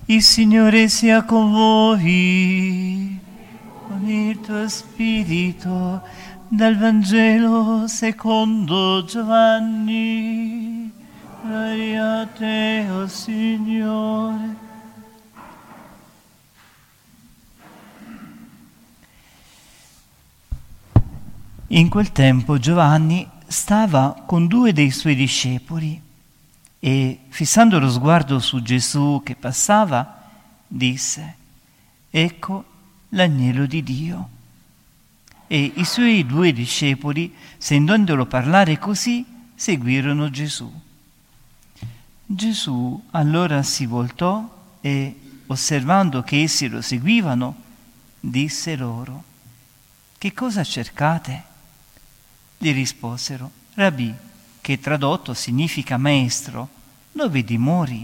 Il Signore sia con voi, con il tuo spirito, dal Vangelo secondo Giovanni. Gloria a te, o Signore. In quel tempo Giovanni stava con 2 dei suoi discepoli e, fissando lo sguardo su Gesù che passava, disse: «Ecco l'agnello di Dio». E i suoi 2 discepoli, sentendolo parlare così, seguirono Gesù. Gesù allora si voltò e, osservando che essi lo seguivano, disse loro: «Che cosa cercate?» Gli risposero: «Rabbì», che tradotto significa maestro, «dove dimori?»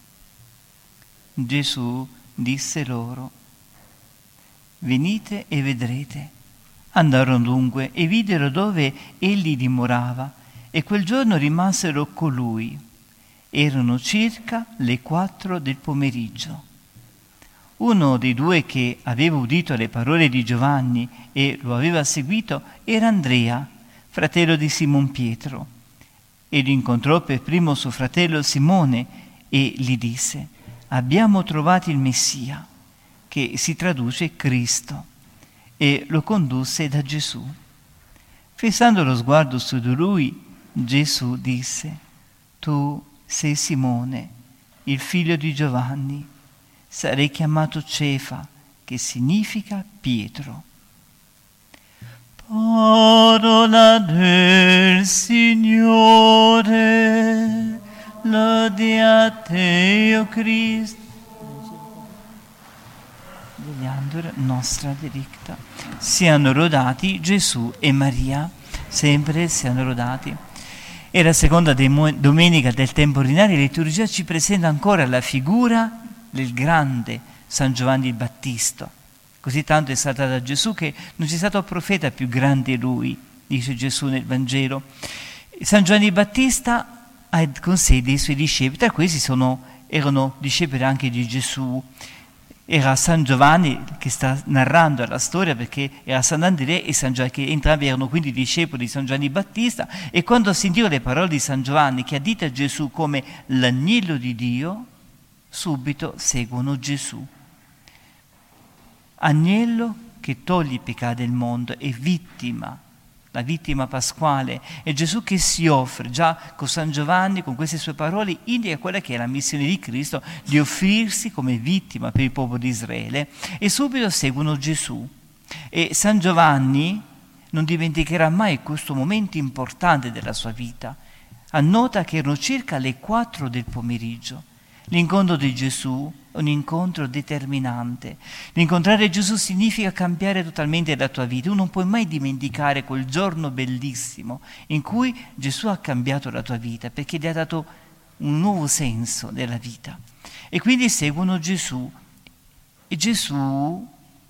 Gesù disse loro: «Venite e vedrete». Andarono dunque e videro dove egli dimorava, e quel giorno rimasero con lui. Erano circa le 4 del pomeriggio. Uno dei 2 che aveva udito le parole di Giovanni e lo aveva seguito era Andrea, fratello di Simon Pietro. Ed incontrò per primo suo fratello Simone e gli disse: «Abbiamo trovato il Messia», che si traduce Cristo, e lo condusse da Gesù. Fissando lo sguardo su di lui, Gesù disse: «Tu sei Simone, il figlio di Giovanni, sarai chiamato Cefa, che significa Pietro». Parola del Signore, lode a te, o Cristo. Nostra delicta. Siano lodati Gesù e Maria, sempre siano lodati. E la seconda domenica del tempo ordinario, la liturgia ci presenta ancora la figura del grande San Giovanni il Battista. Così tanto è stata da Gesù che non c'è stato profeta più grande di lui, dice Gesù nel Vangelo. San Giovanni Battista ha con sé dei suoi discepoli, tra questi erano discepoli anche di Gesù. Era San Giovanni che sta narrando la storia, perché era Sant'Andrea e San Giovanni, che entrambi erano quindi discepoli di San Giovanni Battista, e quando sentivano le parole di San Giovanni che addita Gesù come l'agnello di Dio, subito seguono Gesù. Agnello che toglie i peccati del mondo, è vittima, la vittima pasquale, è Gesù che si offre. Già con San Giovanni, con queste sue parole, indica quella che è la missione di Cristo, di offrirsi come vittima per il popolo di Israele, e subito seguono Gesù. E San Giovanni non dimenticherà mai questo momento importante della sua vita. Annota che erano circa le 4 del pomeriggio. L'incontro di Gesù è un incontro determinante. L'incontrare Gesù significa cambiare totalmente la tua vita. Tu non puoi mai dimenticare quel giorno bellissimo in cui Gesù ha cambiato la tua vita, perché ti ha dato un nuovo senso della vita. E quindi seguono Gesù. E Gesù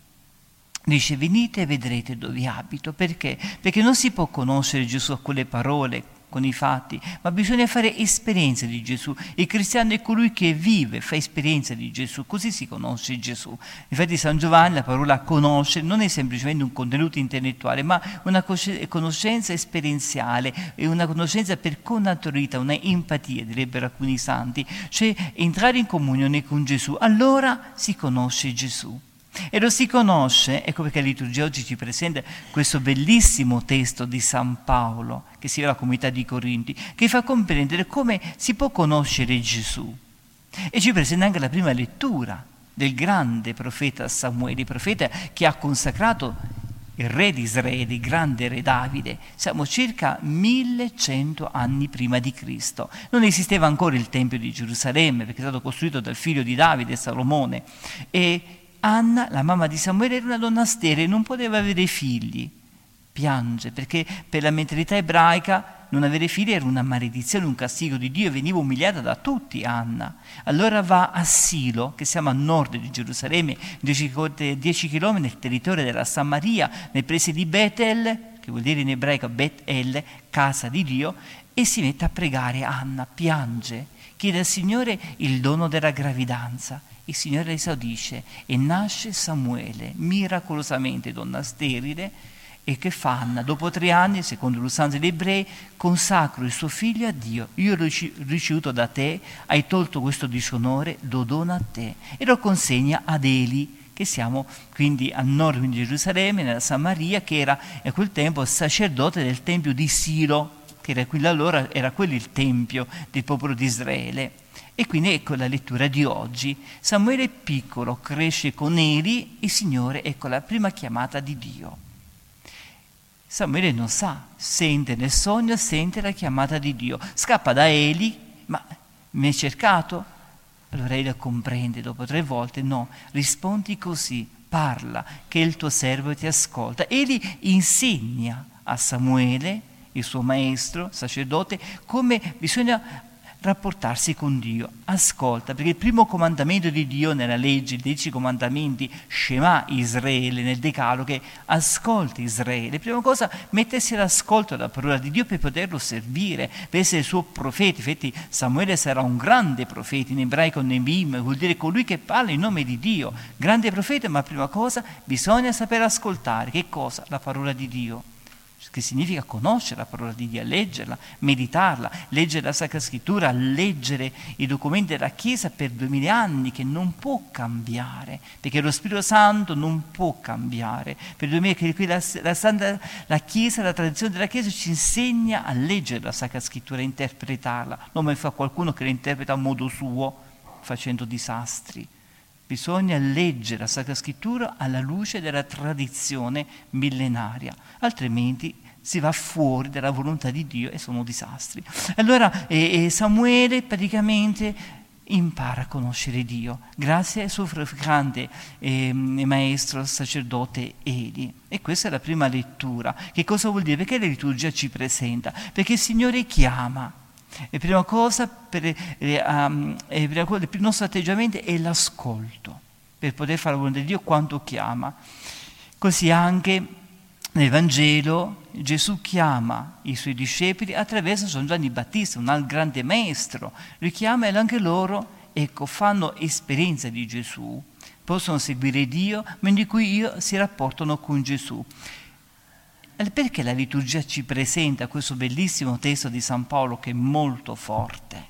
dice: venite e vedrete dove abito. Perché? Perché non si può conoscere Gesù con le parole, con i fatti, ma bisogna fare esperienza di Gesù. Il cristiano è colui che vive, fa esperienza di Gesù, così si conosce Gesù. Infatti San Giovanni, la parola conoscere, non è semplicemente un contenuto intellettuale, ma una conoscenza esperienziale, e una conoscenza per connaturalità, una empatia, direbbero alcuni santi, cioè entrare in comunione con Gesù. Allora si conosce Gesù. E lo si conosce, ecco perché la liturgia oggi ci presenta questo bellissimo testo di San Paolo, che si vede alla comunità di Corinti, che fa comprendere come si può conoscere Gesù. E ci presenta anche la prima lettura del grande profeta Samuele, il profeta che ha consacrato il re di Israele, il grande re Davide. Siamo circa 1100 anni prima di Cristo. Non esisteva ancora il Tempio di Gerusalemme, perché è stato costruito dal figlio di Davide, Salomone, e Anna, la mamma di Samuele, era una donna sterile, non poteva avere figli. Piange, perché per la mentalità ebraica non avere figli era una maledizione, un castigo di Dio, e veniva umiliata da tutti Anna. Allora va a Silo, che siamo a nord di Gerusalemme, 10 km nel territorio della Samaria, nei pressi di Betel, che vuol dire in ebraico Bet-El, casa di Dio, e si mette a pregare Anna, piange, chiede al Signore il dono della gravidanza. Il Signore le esaudisce e nasce Samuele, miracolosamente donna sterile. E che fa Anna? Dopo 3 anni, secondo l'usanza degli ebrei, consacro il suo figlio a Dio. Io l'ho ricevuto da te, hai tolto questo disonore, lo dono a te. E lo consegna ad Eli, che siamo quindi a nord di Gerusalemme, nella Samaria, che era a quel tempo sacerdote del tempio di Silo, che era quindi allora era quello il tempio del popolo di Israele. E quindi ecco la lettura di oggi. Samuele è piccolo, cresce con Eli, il Signore, ecco la prima chiamata di Dio. Samuele non sa, sente nel sogno, sente la chiamata di Dio. Scappa da Eli, ma mi hai cercato? Allora Eli comprende dopo 3 volte, no, rispondi così, parla, che il tuo servo ti ascolta. Eli insegna a Samuele, il suo maestro, sacerdote, come bisogna rapportarsi con Dio. Ascolta, perché il primo comandamento di Dio nella legge, i 10 comandamenti, Shema Israele, nel Decalogo, che ascolta Israele. Prima cosa, mettersi all'ascolto della parola di Dio per poterlo servire, per essere il suo profeta. Infatti Samuele sarà un grande profeta, in ebraico Nebim, vuol dire colui che parla in nome di Dio. Grande profeta, ma prima cosa bisogna saper ascoltare. Che cosa? La parola di Dio. Che significa conoscere la parola di Dio, leggerla, meditarla, leggere la Sacra Scrittura, leggere i documenti della Chiesa per 2000 anni, che non può cambiare, perché lo Spirito Santo non può cambiare. Per 2000 che qui la Chiesa, la tradizione della Chiesa ci insegna a leggere la Sacra Scrittura, a interpretarla, non come fa qualcuno che la interpreta a modo suo, facendo disastri. Bisogna leggere la Sacra Scrittura alla luce della tradizione millenaria, altrimenti si va fuori dalla volontà di Dio e sono disastri. Allora Samuele praticamente impara a conoscere Dio grazie al suo grande maestro sacerdote Eli. E questa è la prima lettura. Che cosa vuol dire? Perché la liturgia ci presenta? Perché il Signore chiama. E prima cosa, il nostro atteggiamento è l'ascolto, per poter fare la volontà di Dio quanto chiama. Così anche nel Vangelo Gesù chiama i suoi discepoli attraverso San Giovanni Battista, un grande maestro. Li chiama e anche loro, ecco, fanno esperienza di Gesù, possono seguire Dio, ma in cui si rapportano con Gesù. Perché la liturgia ci presenta questo bellissimo testo di San Paolo che è molto forte?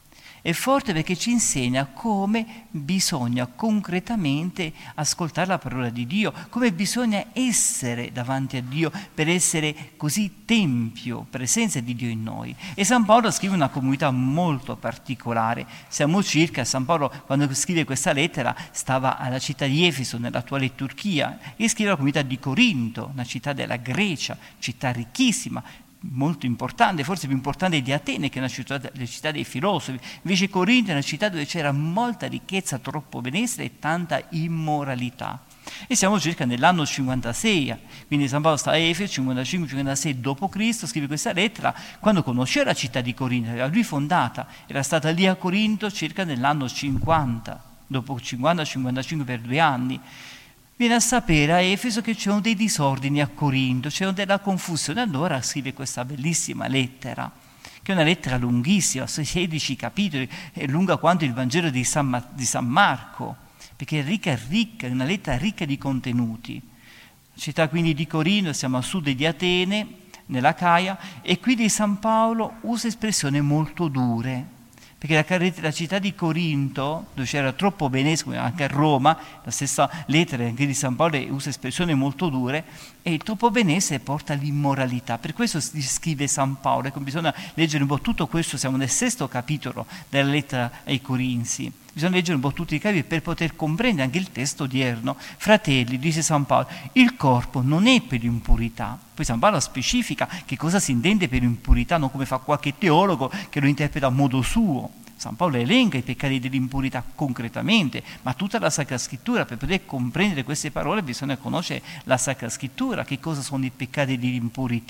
È forte perché ci insegna come bisogna concretamente ascoltare la parola di Dio, come bisogna essere davanti a Dio per essere così tempio, presenza di Dio in noi. E San Paolo scrive una comunità molto particolare. Siamo circa, San Paolo quando scrive questa lettera stava alla città di Efeso, nell'attuale Turchia, e scrive la comunità di Corinto, una città della Grecia, città ricchissima, molto importante, forse più importante di Atene, che è una città dei filosofi. Invece Corinto è una città dove c'era molta ricchezza, troppo benessere e tanta immoralità. E siamo circa nell'anno 56, quindi San Paolo sta a Efeso, 55-56 d.C., scrive questa lettera quando conosceva la città di Corinto, era lui fondata, era stata lì a Corinto circa nell'anno 50, dopo 50-55 per 2 anni. Viene a sapere a Efeso che c'erano dei disordini a Corinto, c'era della confusione. Allora scrive questa bellissima lettera, che è una lettera lunghissima, 16 capitoli, è lunga quanto il Vangelo di San Marco, perché è ricca, è una lettera ricca di contenuti. La città quindi di Corinto, siamo a sud di Atene, nella Caia, e quindi San Paolo usa espressioni molto dure. Perché la città di Corinto, dove c'era troppo benessere, anche a Roma, la stessa lettera anche di San Paolo usa espressioni molto dure, e il troppo benessere porta all'immoralità. Per questo scrive San Paolo, ecco, bisogna leggere un po' tutto questo, siamo nel 6° capitolo della lettera ai Corinzi. Bisogna leggere un po' tutti i capitoli per poter comprendere anche il testo odierno. Fratelli, dice San Paolo, il corpo non è per impurità. Poi San Paolo specifica che cosa si intende per impurità, non come fa qualche teologo che lo interpreta a modo suo. San Paolo elenca i peccati dell'impurità concretamente, ma tutta la Sacra Scrittura, per poter comprendere queste parole bisogna conoscere la Sacra Scrittura, che cosa sono i peccati dell'impurità.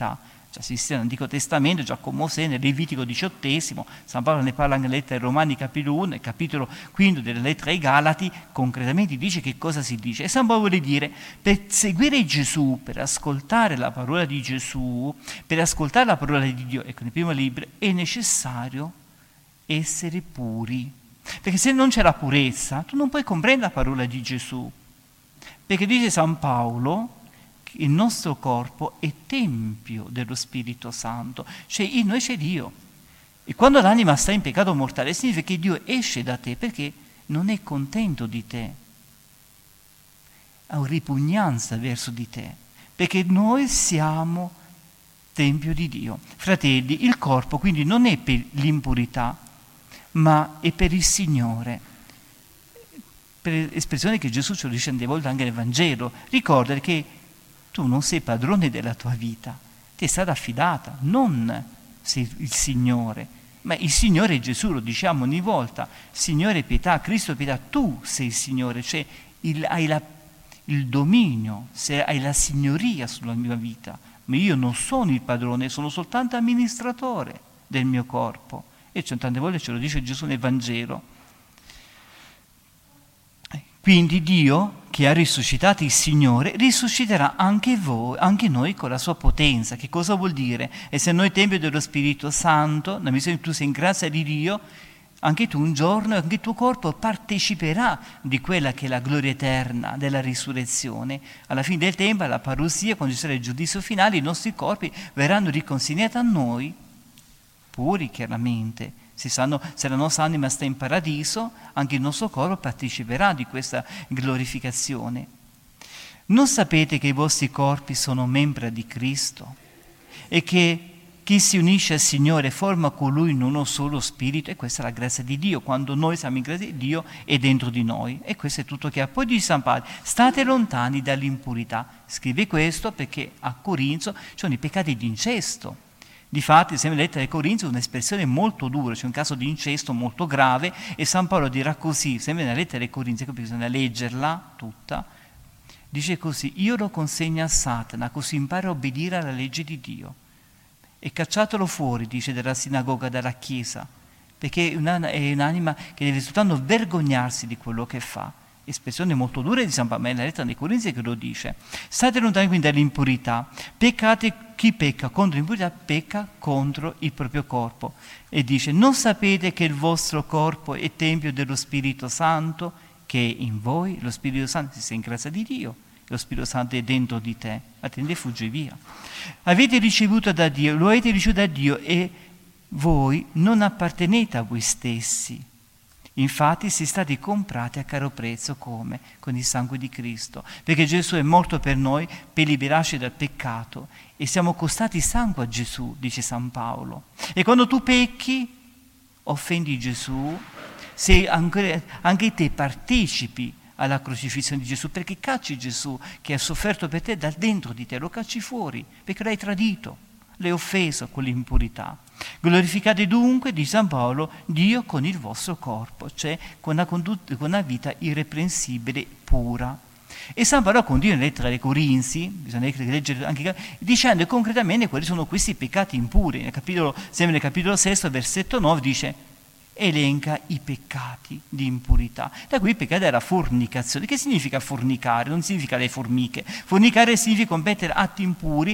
già esiste nell'Antico Testamento, già con Mosè, nel Levitico 18, San Paolo ne parla nella lettera ai Romani capitolo 1 e capitolo 5 della lettera ai Galati, concretamente dice che cosa si dice. E San Paolo vuole dire, per seguire Gesù, per ascoltare la parola di Gesù, per ascoltare la parola di Dio, ecco nel primo libro, è necessario essere puri. Perché se non c'è la purezza, tu non puoi comprendere la parola di Gesù. Perché dice San Paolo, il nostro corpo è tempio dello Spirito Santo, cioè in noi c'è Dio. E quando l'anima sta in peccato mortale significa che Dio esce da te perché non è contento di te, ha ripugnanza verso di te, perché noi siamo tempio di Dio. Fratelli, il corpo quindi non è per l'impurità, ma è per il Signore. Per espressione che Gesù ci lo dice tante volte anche nel Vangelo, ricorda che tu non sei padrone della tua vita, ti è stata affidata, non sei il Signore, ma il Signore è Gesù, lo diciamo ogni volta, Signore pietà, Cristo pietà, tu sei il Signore, cioè hai il dominio, hai la signoria sulla mia vita, ma io non sono il padrone, sono soltanto amministratore del mio corpo. E tante volte ce lo dice Gesù nel Vangelo. Quindi Dio, che ha risuscitato il Signore, risusciterà anche voi, anche noi con la sua potenza. Che cosa vuol dire? E se noi tempio dello Spirito Santo, nella misura in cui tu sei in grazia di Dio, anche tu un giorno, anche il tuo corpo parteciperà di quella che è la gloria eterna della risurrezione. Alla fine del tempo, alla parousia, quando ci sarà il giudizio finale, i nostri corpi verranno riconsegnati a noi, puri chiaramente. Se la nostra anima sta in paradiso, anche il nostro corpo parteciperà di questa glorificazione. Non sapete che i vostri corpi sono membra di Cristo e che chi si unisce al Signore forma con Lui in uno solo spirito? E questa è la grazia di Dio. Quando noi siamo in grazia di Dio è dentro di noi. E questo è tutto chiaro. Poi dice San Paolo, state lontani dall'impurità. Scrive questo perché a Corinzo ci sono i peccati di incesto. Difatti, sempre la lettera ai Corinzi è un'espressione molto dura, c'è un caso di incesto molto grave e San Paolo dirà così, sempre nella lettera ai Corinzi, bisogna leggerla tutta, dice così, io lo consegno a Satana, così impara a obbedire alla legge di Dio. E cacciatelo fuori, dice, dalla sinagoga, dalla chiesa, perché è un'anima che deve soltanto vergognarsi di quello che fa. Espressione molto dura di San Paolo, ma è la lettera dei Corinzi che lo dice. State lontani quindi dall'impurità, chi pecca contro l'impurità pecca contro il proprio corpo. E dice, non sapete che il vostro corpo è tempio dello Spirito Santo, che è in voi, lo Spirito Santo, se sei in grazia di Dio, lo Spirito Santo è dentro di te, attende e fuggi via. Avete ricevuto da Dio, lo avete ricevuto da Dio e voi non appartenete a voi stessi. Infatti siete stati comprati a caro prezzo come? Con il sangue di Cristo, perché Gesù è morto per noi per liberarci dal peccato e siamo costati sangue a Gesù, dice San Paolo. E quando tu pecchi, offendi Gesù, se anche te partecipi alla crocifissione di Gesù, perché cacci Gesù che ha sofferto per te da dentro di te, lo cacci fuori, perché l'hai tradito, l'hai offeso con l'impurità. Glorificate dunque, di San Paolo, Dio con il vostro corpo, cioè con una vita irreprensibile, pura. E San Paolo continua nella lettera ai Corinzi, bisogna leggere anche, dicendo concretamente quali sono questi peccati impuri. Sempre nel capitolo 6, versetto 9, dice, elenca i peccati di impurità. Da qui il peccato della fornicazione. Che significa fornicare? Non significa le formiche. Fornicare significa commettere atti impuri,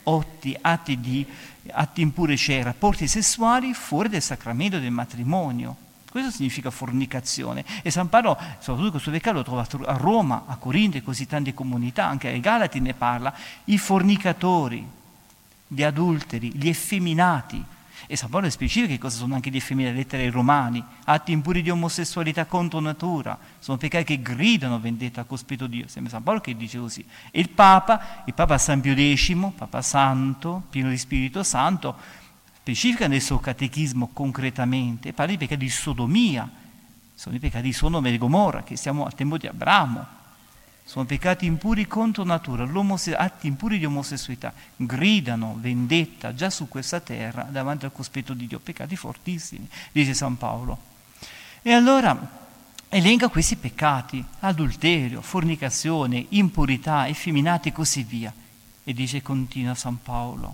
atti impuri, cioè rapporti sessuali fuori del sacramento del matrimonio. Questo significa fornicazione. E San Paolo, soprattutto questo peccato, lo trova a Roma, a Corinto e così tante comunità, anche ai Galati ne parla, i fornicatori, gli adulteri, gli effeminati. E San Paolo specifica che cosa sono anche gli effeminati, lettere ai Romani, atti impuri di omosessualità contro natura, sono peccati che gridano vendetta a cospetto Dio, sempre San Paolo che dice così. E il Papa San Pio X, Papa Santo, pieno di Spirito Santo, specifica nel suo catechismo concretamente, parla di peccati di sodomia, sono i peccati di Sodoma e Gomorra, che siamo al tempo di Abramo. Sono peccati impuri contro natura, atti impuri di omosessualità, gridano vendetta già su questa terra davanti al cospetto di Dio, peccati fortissimi, dice San Paolo. E allora elenca questi peccati, adulterio, fornicazione, impurità, effeminati e così via. E dice, continua San Paolo,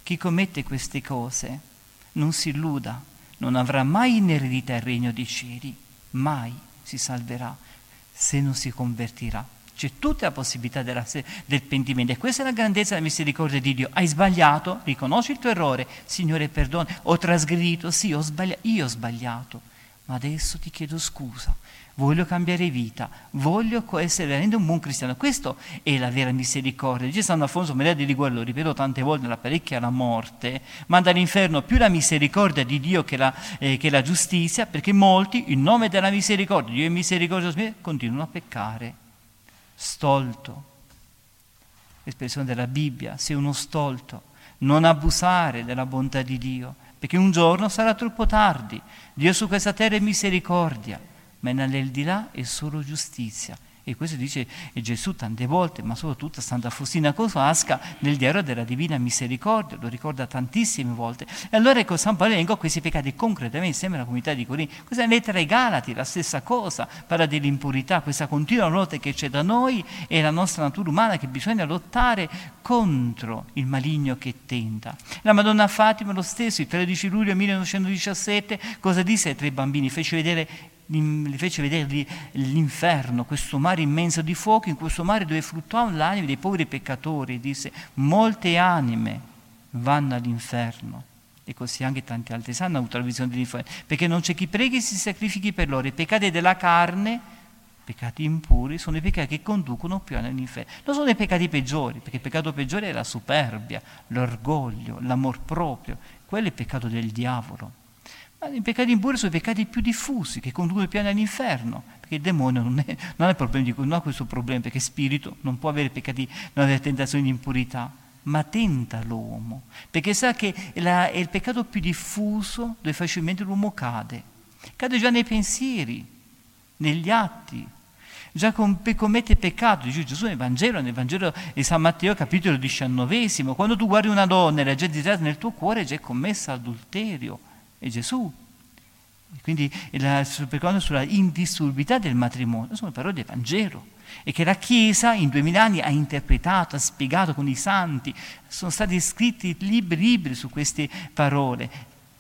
Chi commette queste cose non si illuda, non avrà mai in eredità il regno dei cieli, mai si salverà se non si convertirà. C'è tutta la possibilità del pentimento, e questa è la grandezza della misericordia di Dio. Hai sbagliato, riconosci il tuo errore, Signore perdona, ho trasgredito, sì, io ho sbagliato, ma adesso ti chiedo scusa, voglio cambiare vita, voglio essere veramente un buon cristiano. Questo è la vera misericordia. Dice San Alfonso Maria di Liguori, lo ripeto tante volte, nella parecchia alla morte, manda all'inferno più la misericordia di Dio che la giustizia, perché molti, in nome della misericordia, Dio è misericordioso, continuano a peccare. Stolto, l'espressione della Bibbia, sei uno stolto, non abusare della bontà di Dio, perché un giorno sarà troppo tardi. Dio su questa terra è misericordia, ma nell'aldilà è solo giustizia. E questo dice Gesù tante volte, ma soprattutto Santa Faustina Kowalska nel diario della Divina Misericordia, lo ricorda tantissime volte. E allora ecco, San Paolo elenca questi peccati concretamente, sembra la comunità di Corinto. Questa è la lettera ai Galati, la stessa cosa, parla dell'impurità, questa continua lotta che c'è da noi e la nostra natura umana, che bisogna lottare contro il maligno che tenta. La Madonna Fatima lo stesso, il 13 luglio 1917, cosa disse ai 3 bambini? Li fece vedere l'inferno, questo mare immenso di fuoco, in questo mare dove fluttuavano le anime dei poveri peccatori. Disse: molte anime vanno all'inferno, e così anche tanti altri sanno, hanno avuto la visione dell'inferno, perché non c'è chi preghi e si sacrifichi per loro. I peccati della carne, peccati impuri, sono i peccati che conducono più all'inferno. Non sono i peccati peggiori, perché il peccato peggiore è la superbia, l'orgoglio, l'amor proprio. Quello è il peccato del diavolo. Ma i peccati impuri sono i peccati più diffusi, che conducono più all'inferno, perché il demonio non ha questo problema, perché spirito non può avere peccati, non avere tentazioni di impurità, ma tenta l'uomo, perché sa che è il peccato più diffuso dove facilmente l'uomo cade già nei pensieri, negli atti, già commette peccato. Dice Gesù nel Vangelo di San Matteo, capitolo 19, quando tu guardi una donna e la già desiderata nel tuo cuore, già è commessa adulterio. È Gesù. Quindi perché sulla indissolubilità del matrimonio sono parole del Vangelo, e che la Chiesa in 2000 anni ha interpretato, ha spiegato con i santi. Sono stati scritti libri su queste parole,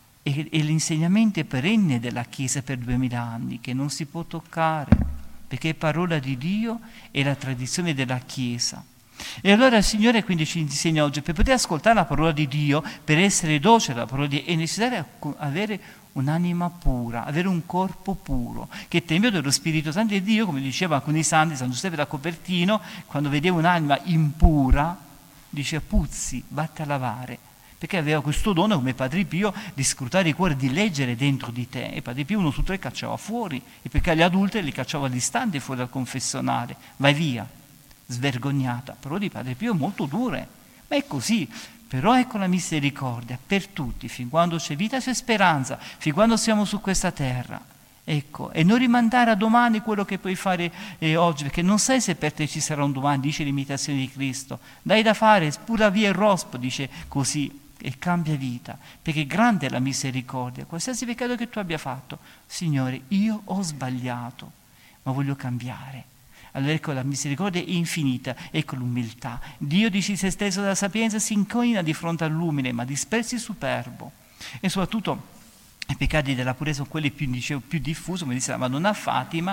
e l'insegnamento è perenne della Chiesa per 2000 anni, che non si può toccare, perché è parola di Dio e la tradizione della Chiesa. E allora il Signore quindi ci insegna oggi, per poter ascoltare la parola di Dio, per essere docile alla parola di Dio, è necessario avere un'anima pura, avere un corpo puro, che è tempio dello Spirito Santo di Dio, come diceva alcuni santi, San Giuseppe da Copertino, quando vedeva un'anima impura, diceva: puzzi, vatti a lavare, perché aveva questo dono, come Padre Pio, di scrutare i cuori, di leggere dentro di te. E Padre Pio 1 su 3 cacciava fuori, e perché agli adulteri li cacciava all'istante fuori dal confessionale: vai via, svergognata. Però di Padre Pio molto dure, ma è così. Però ecco la misericordia per tutti, fin quando c'è vita c'è speranza, fin quando siamo su questa terra. Ecco, e non rimandare a domani quello che puoi fare oggi, perché non sai se per te ci sarà un domani, dice l'imitazione di Cristo. Dai da fare, spura via il rospo, dice così, e cambia vita, perché grande è la misericordia. Qualsiasi peccato che tu abbia fatto: Signore, io ho sbagliato, ma voglio cambiare. Allora ecco, la misericordia è infinita, ecco l'umiltà. Dio, dice se stesso della sapienza, si inchina di fronte all'umile, ma disprezza il superbo. E soprattutto i peccati della purezza sono quelli più diffusi, come dice la Madonna Fatima,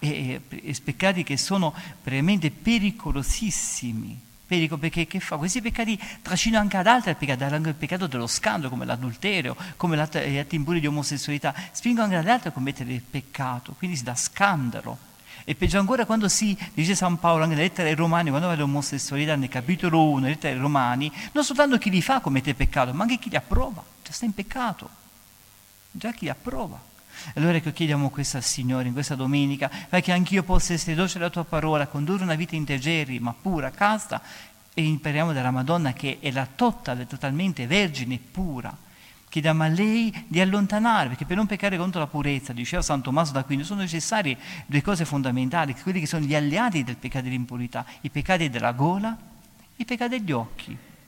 e peccati che sono veramente pericolosissimi. Perché che fa? Questi peccati trascinano anche ad altri il peccato dello scandalo, come l'adulterio, come gli atti impuri di omosessualità, spingono anche ad altri a commettere il peccato, quindi si dà scandalo. E peggio ancora quando dice San Paolo anche nella lettera ai Romani, quando va all'omosessualità nel capitolo 1, nella lettera ai Romani, non soltanto chi li fa commette peccato, ma anche chi li approva, già sta in peccato, già chi li approva. Allora ecco, chiediamo questo al Signore in questa domenica, perché anch'io possa essere docile alla tua parola, condurre una vita integerrima, pura, casta, e impariamo dalla Madonna che è la totalmente vergine e pura. Chiediamo a lei di allontanare, perché per non peccare contro la purezza, diceva San Tommaso d'Aquino, sono necessarie 2 cose fondamentali, quelli che sono gli alleati del peccato dell'impurità: i peccati della gola, i peccati degli occhi.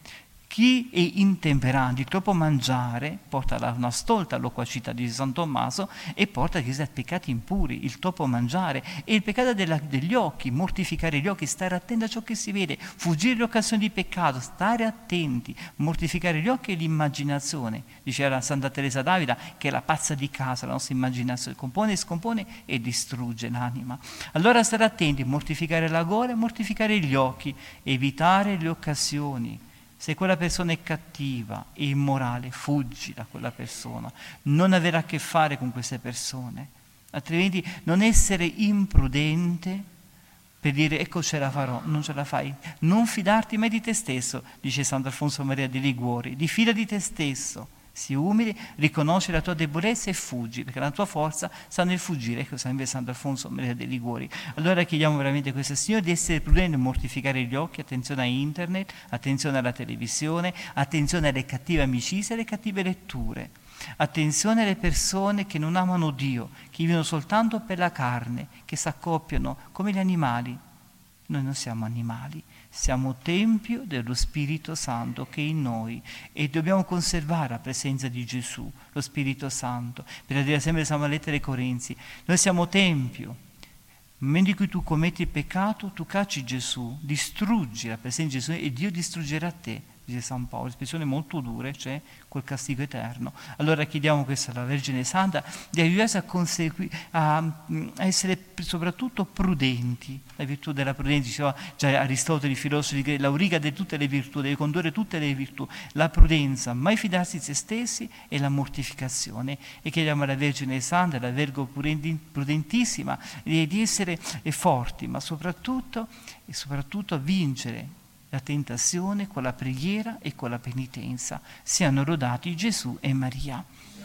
Chi è intemperante, il troppo mangiare, porta alla una stolta loquacità di San Tommaso e porta a peccati impuri, il troppo mangiare e il peccato degli occhi, mortificare gli occhi, stare attenti a ciò che si vede, fuggire le occasioni di peccato, stare attenti, mortificare gli occhi e l'immaginazione. Diceva Santa Teresa d'Avila che è la pazza di casa, la nostra immaginazione, compone, scompone e distrugge l'anima. Allora stare attenti, mortificare la gola, mortificare gli occhi, evitare le occasioni. Se quella persona è cattiva e immorale, fuggi da quella persona, non avere a che fare con queste persone, altrimenti non essere imprudente per dire ecco ce la farò, non ce la fai. Non fidarti mai di te stesso, dice Sant'Alfonso Maria di Liguori, diffida di te stesso. Si umili, riconosci la tua debolezza e fuggi, perché la tua forza sta nel fuggire, ecco sempre Sant'Alfonso Maria dei Liguori. Allora chiediamo veramente a questo Signore di essere prudenti, mortificare gli occhi, attenzione a internet, attenzione alla televisione, attenzione alle cattive amicizie, alle cattive letture, attenzione alle persone che non amano Dio, che vivono soltanto per la carne, che si accoppiano come gli animali. Noi non siamo animali, siamo tempio dello Spirito Santo che è in noi e dobbiamo conservare la presenza di Gesù, lo Spirito Santo. Per dire sempre la lettera ai Corinzi, noi siamo tempio. Nel momento in cui tu commetti il peccato, tu cacci Gesù, distruggi la presenza di Gesù e Dio distruggerà te, dice San Paolo, espressione molto dure, cioè col castigo eterno. Allora chiediamo questo alla Vergine Santa, di aiutarci a essere soprattutto prudenti, la virtù della prudenza, diceva già Aristotele, i filosofi, l'auriga di tutte le virtù, deve condurre tutte le virtù, la prudenza, mai fidarsi di se stessi e la mortificazione. E chiediamo alla Vergine Santa, alla Vergo prudentissima, di essere forti, ma soprattutto vincere la tentazione con la preghiera e con la penitenza. Siano lodati Gesù e Maria.